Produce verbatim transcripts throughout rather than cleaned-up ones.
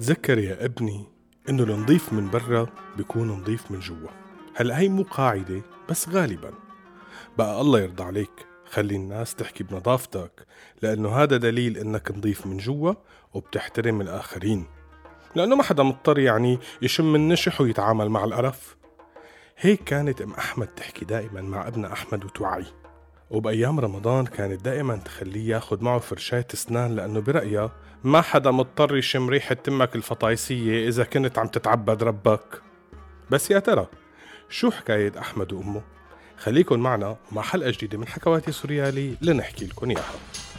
تذكر يا ابني إنه النظيف من برا بيكون نظيف من جوا. هلأ هي مو قاعدة بس غالبا. بقى الله يرضى عليك خلي الناس تحكي بنظافتك، لأنه هذا دليل إنك نظيف من جوا وبتحترم الآخرين، لأنه ما حدا مضطر يعني يشم النشح ويتعامل مع القرف. هيك كانت أم أحمد تحكي دائما مع ابن أحمد وتوعي. وبأيام رمضان كانت دائما تخليه ياخد معه فرشاة اسنان، لأنه برأيها ما حدا مضطر يشم ريحة تمك الفطايسية إذا كنت عم تتعبد ربك. بس يا ترى شو حكاية أحمد وأمه؟ خليكن معنا مع حلقة جديدة من حكواتي سوريالي لنحكي لكم إياها.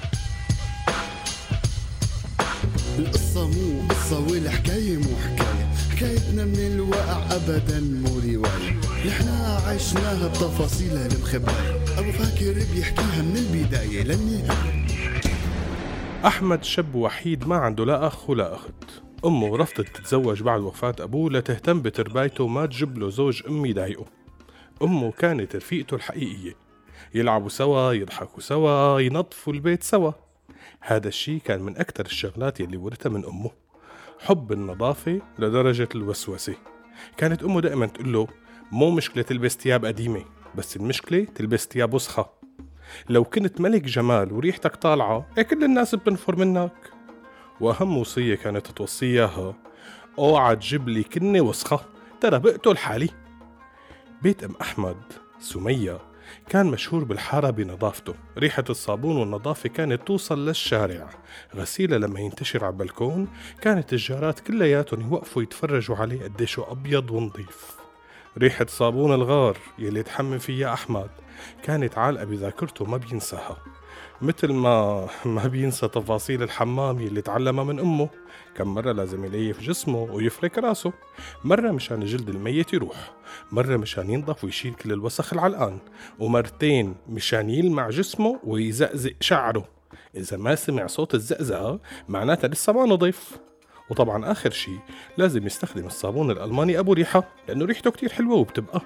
القصة مو قصة والحكاية مو حكاية، حكايتنا من الواقع أبدا مو رواية، نحنا عشناها بتفاصيلها المخباية، أبو فاكر بيحكيها من البداية للنهاية. أحمد شاب وحيد ما عنده لا أخ ولا أخت. أمه رفضت تتزوج بعد وفاة أبوه لتهتم بتربايته وما تجيب له زوج أم يضايقه. أمه كانت رفيقته الحقيقية، يلعبوا سوا، يضحكوا سوا، ينظفوا البيت سوا. هذا الشي كان من أكتر الشغلات يلي ورثها من أمه، حب النظافة لدرجة الوسوسة. كانت أمه دائما تقول له مو مشكلة تلبس تياب قديمة، بس المشكلة تلبس تياب وسخة. لو كنت ملك جمال وريحتك طالعة كل الناس بتنفر منك. وأهم وصية كانت توصيها، اوعى تجيب لي كنة وسخة ترى بقتل حالي. بيت أم أحمد سمية كان مشهور بالحارة بنظافته، ريحة الصابون والنظافة كانت توصل للشارع. غسيلة لما ينتشر على البلكون كانت الجارات كلياتهم يوقفوا يتفرجوا عليه قديشو أبيض ونظيف. ريحة صابون الغار يلي تحمم فيها أحمد كانت عالقة بذاكرته ما بينساها، مثل ما ما بينسى تفاصيل الحمام يلي تعلمها من أمه. كم مرة لازم يليف جسمه ويفرك راسه، مرة مشان الجلد الميت يروح، مرة مشان ينظف ويشيل كل الوسخ العلقان، ومرتين مشان يلمع جسمه ويزقزق شعره. إذا ما سمع صوت الزقزقة معناتها لسه ما نظيف. وطبعا آخر شي لازم يستخدم الصابون الألماني أبو ريحة، لأنه ريحته كتير حلوة وبتبقى.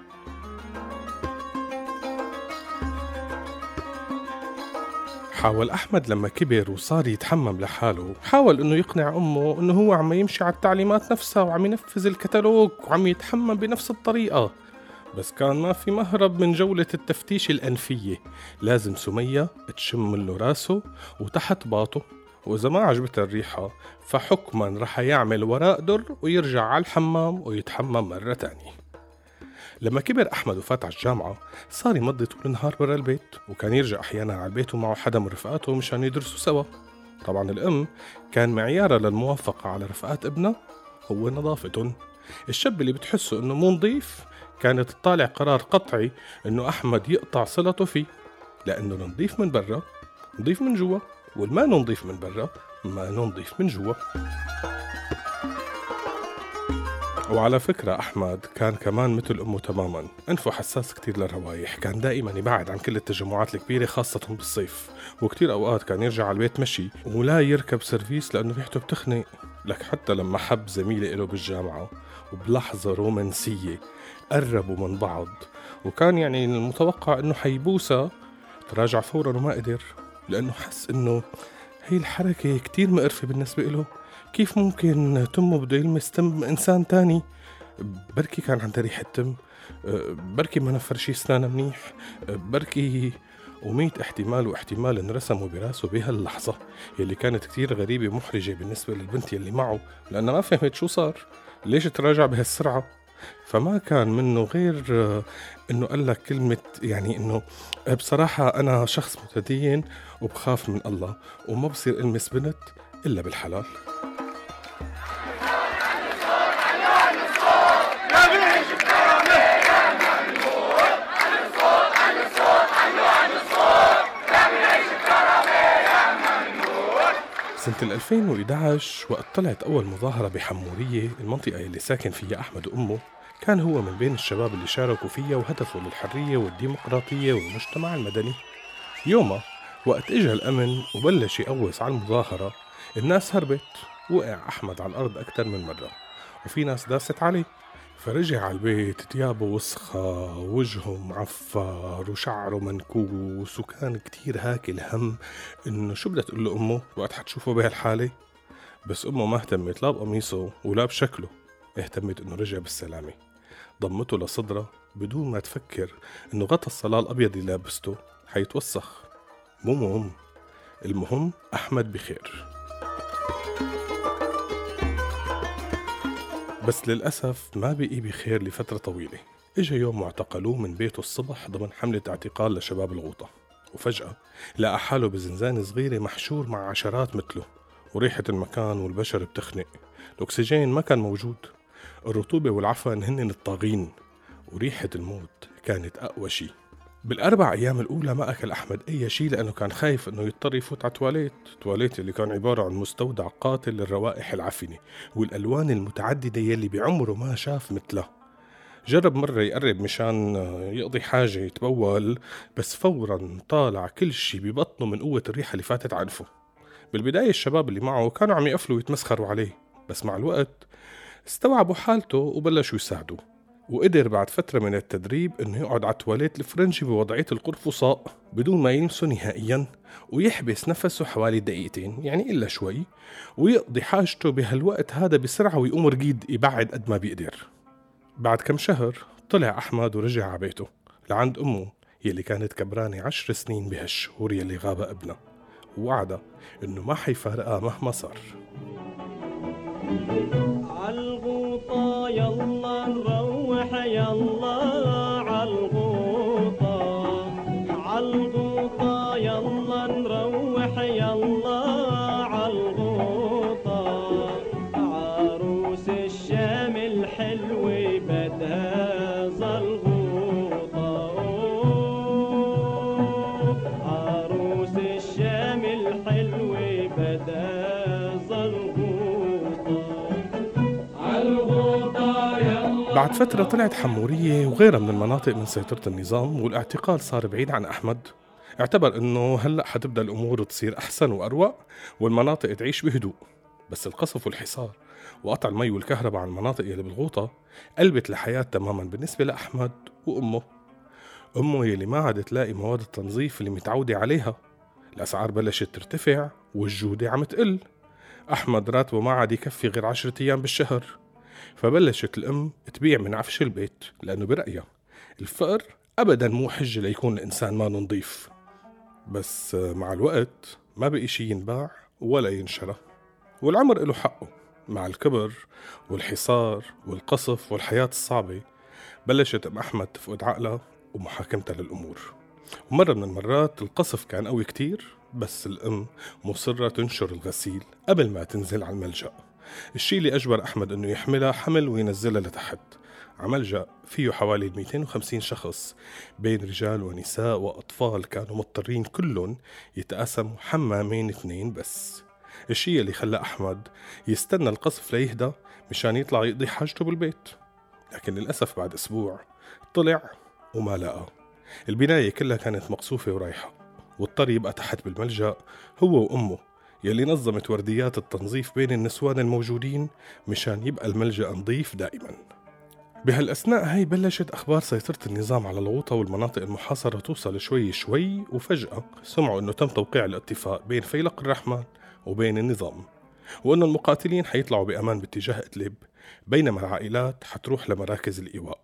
حاول أحمد لما كبر وصار يتحمم لحاله، حاول إنه يقنع أمه إنه هو عم يمشي على التعليمات نفسها وعم ينفذ الكتالوج وعم يتحمم بنفس الطريقة، بس كان ما في مهرب من جولة التفتيش الأنفية. لازم سمية تشم له راسه وتحت باطه، وإذا ما عجبتها الريحة فحكما رح يعمل وراء در ويرجع على الحمام ويتحمم مرة تانية. لما كبر أحمد وفات على الجامعة صار يمضي طول النهار برا البيت، وكان يرجع أحيانا على البيت ومعه حدا من رفقاته مشان يدرسوا سوا. طبعا الأم كان معيارة للموافقة على رفقات ابنها هو نظافتهم. الشاب اللي بتحسه إنه مو نظيف كانت تطالع قرار قطعي إنه أحمد يقطع صلته فيه، لأنه نظيف من برا نظيف من جوا، والما نظيف من برا ما نظيف من جوا. وعلى فكرة أحمد كان كمان مثل أمه تماما، أنفه حساس كتير للروايح، كان دائما يبعد عن كل التجمعات الكبيرة خاصة بالصيف، وكتير أوقات كان يرجع على البيت مشي ولا يركب سيرفيس لأنه ريحته بتخنق. لك حتى لما حب زميلة إله بالجامعة وبلحظة رومانسية قربوا من بعض وكان يعني المتوقع إنه حيبوسها، تراجع فورا وما قدر، لأنه حس إنه هي الحركة كتير مقرفة بالنسبة إله. كيف ممكن تمه بده يلمس تم إنسان تاني؟ بركي كان عنده ريحة تم، بركي ما نفرشي سنانه منيح، بركي وميت احتمال واحتمال انرسموا براسه بهاللحظة يلي كانت كتير غريبة ومحرجة بالنسبة للبنت يلي معه، لأنها ما فهمت شو صار، ليش تراجع بهالسرعة. فما كان منه غير إنه قال لك كلمة يعني إنه بصراحة أنا شخص متدين وبخاف من الله وما بصير ألمس بنت إلا بالحلال. سنة ألفين وإحدى عشر وقت طلعت أول مظاهرة بحمورية المنطقة اللي ساكن فيها أحمد وأمه، كان هو من بين الشباب اللي شاركوا فيها وهدفوا للحرية والديمقراطية والمجتمع المدني. يومها وقت إجا الأمن وبلش يقوص على المظاهرة الناس هربت، وقع أحمد على الأرض أكتر من مرة وفي ناس داست عليه، فرجع على البيت تيابه وسخة ووجهه معفر وشعره منكوس، وكان كتير هاكل هم إنه شو بدها تقول له أمه وقت حتشوفه بهالحالة. بس أمه ما اهتمت لا بقميصه ولا بشكله، اهتمت إنه رجع بالسلامة. ضمته لصدره بدون ما تفكر إنه غطى الصلاة الأبيض اللي لابسته حيتوسخ. مو مهم، المهم أحمد بخير. بس للأسف ما بقي بخير لفترة طويلة. إجا يوم معتقلوه من بيته الصبح ضمن حملة اعتقال لشباب الغوطة، وفجأة لقى حاله بزنزانة صغيرة محشور مع عشرات مثله، وريحة المكان والبشر بتخنق. الأكسجين ما كان موجود، الرطوبة والعفن هن الطاغين، وريحة الموت كانت أقوى شي. بالأربع أيام الأولى ما أكل أحمد أي شيء لأنه كان خايف أنه يضطر يفوت على تواليت تواليت اللي كان عبارة عن مستودع قاتل للروائح العفنة والألوان المتعددة يلي بعمره ما شاف مثلها. جرب مرة يقرب مشان يقضي حاجة يتبول، بس فورا طالع كل شي ببطنه من قوة الريحة اللي فاتت عنفه. بالبداية الشباب اللي معه كانوا عم يقفلوا ويتمسخروا عليه، بس مع الوقت استوعبوا حالته وبلشوا يساعدوه، وقدر بعد فترة من التدريب إنه يقعد على التواليت الفرنجي بوضعية القرفصاء بدون ما يلمسه نهائياً، ويحبس نفسه حوالي دقيقتين يعني إلا شوي، ويقضي حاجته بهالوقت هذا بسرعة ويقوم رقيد يبعد قد ما بيقدر. بعد كم شهر طلع أحمد ورجع على بيته لعند أمه يلي كانت كبرانة عشر سنين بهالشهور يلي غاب ابنها، ووعدها إنه ما حيفارقها مهما صار. عالغوطة يلا نروح يلا عالغوطة، عالغوطة يلا نروح يلا عالغوطة، عروس الشام الحلوة بدها زلغوطة، عروس الشام الحلوة بدها زلغوطة. بعد فترة طلعت حمورية وغيرها من المناطق من سيطرة النظام، والاعتقال صار بعيد عن أحمد. اعتبر إنه هلأ حتبدأ الأمور تصير أحسن وأروق والمناطق تعيش بهدوء. بس القصف والحصار وقطع المي والكهرباء عن المناطق يلي بالغوطة قلبت الحياة تماما بالنسبة لأحمد وأمه. أمه يلي ما عاد تلاقي مواد التنظيف اللي متعودة عليها، الأسعار بلشت ترتفع والجودة عم تقل. أحمد راتبه ما عاد يكفي غير عشرة أيام بالشهر، فبلشت الأم تبيع من عفش البيت لأنه برأيها الفقر أبداً مو حجة ليكون الإنسان ما نظيف. بس مع الوقت ما بقي شي ينباع ولا ينشرى، والعمر له حقه. مع الكبر والحصار والقصف والحياة الصعبة بلشت أم أحمد تفقد عقلها ومحاكمتها للأمور. ومرة من المرات القصف كان قوي كتير، بس الأم مصرة تنشر الغسيل قبل ما تنزل على الملجأ، الشي اللي أجبر أحمد أنه يحملها حمل وينزلها لتحت. عملجأ فيه حوالي مئتين وخمسين شخص بين رجال ونساء وأطفال، كانوا مضطرين كلهم يتقاسموا حمامين اثنين بس، الشي اللي خلى أحمد يستنى القصف ليهدى مشان يطلع يقضي حاجته بالبيت. لكن للأسف بعد أسبوع طلع وما لقى. البناية كلها كانت مقصوفة ورايحة، واضطر يبقى تحت بالملجأ هو وأمه يلي نظمت ورديات التنظيف بين النسوان الموجودين مشان يبقى الملجأ نظيف دائما. بهالأثناء هاي بلشت أخبار سيطرة النظام على الغوطة والمناطق المحاصرة توصل شوي شوي، وفجأة سمعوا أنه تم توقيع الاتفاق بين فيلق الرحمن وبين النظام، وأنه المقاتلين حيطلعوا بأمان باتجاه إدلب، بينما العائلات حتروح لمراكز الإيواء.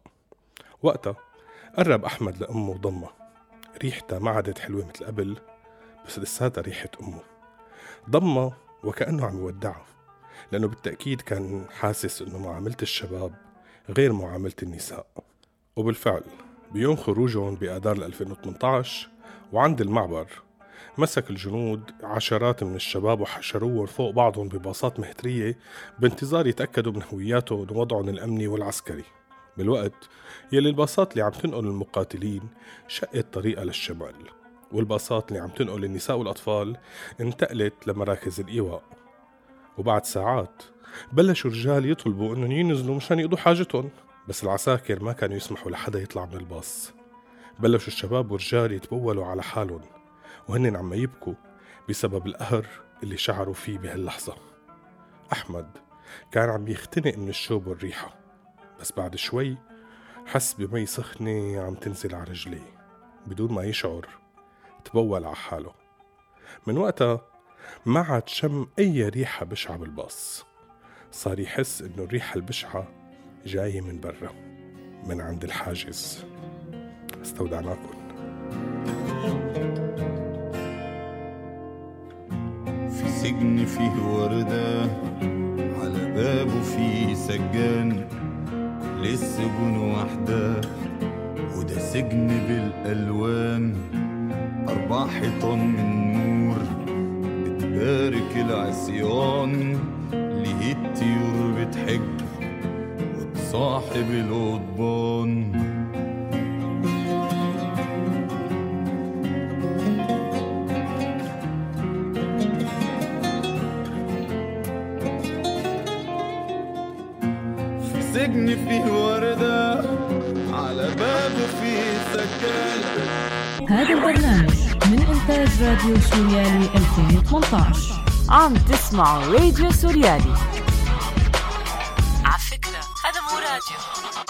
وقتها قرب أحمد لأمه وضمها. ريحتها ما عادت حلوة مثل قبل، بس لساتها ريحة أمه. ضمها وكأنه عم يودعها، لأنه بالتأكيد كان حاسس أنه معاملة الشباب غير معاملة النساء. وبالفعل بيوم خروجهم بآذار ألفين وثمانية عشر وعند المعبر مسك الجنود عشرات من الشباب وحشروهم فوق بعضهم بباصات مهترية بانتظار يتأكدوا من هوياتهم ووضعهم الأمني والعسكري. بالوقت يلي الباصات اللي عم تنقل المقاتلين شقت طريقة للشمال، والباصات اللي عم تنقل النساء والأطفال انتقلت لمراكز الإيواء. وبعد ساعات بلشوا رجال يطلبوا انهم ينزلوا مشان يقضوا حاجتهم، بس العساكر ما كانوا يسمحوا لحدا يطلع من الباص. بلشوا الشباب والرجال يتبولوا على حالهم وهن عم يبكوا بسبب القهر اللي شعروا فيه بهاللحظة. أحمد كان عم يختنق من الشوب والريحة، بس بعد شوي حس بمي سخنة عم تنزل على رجليه بدون ما يشعر، تبول على حاله. من وقتها ما عاد شم أي ريحة بشعة بالباص، صار يحس إنه الريحة البشعة جاية من برا من عند الحاجز. استودعناكم. في سجن فيه وردة على بابه فيه سجان، للسجن وحده وده سجن بالألوان، أربع حيطان من نور بتبارك العصيان، ليه الطيور بتحج وتصاحب القضبان. سجن فيه وردة على بابه فيه سجان. هذا البرنامج من إنتاج راديو سوريالي ألفين وثمانية عشر. عم تسمعوا راديو سوريالي. على فكرة هذا مو راديو،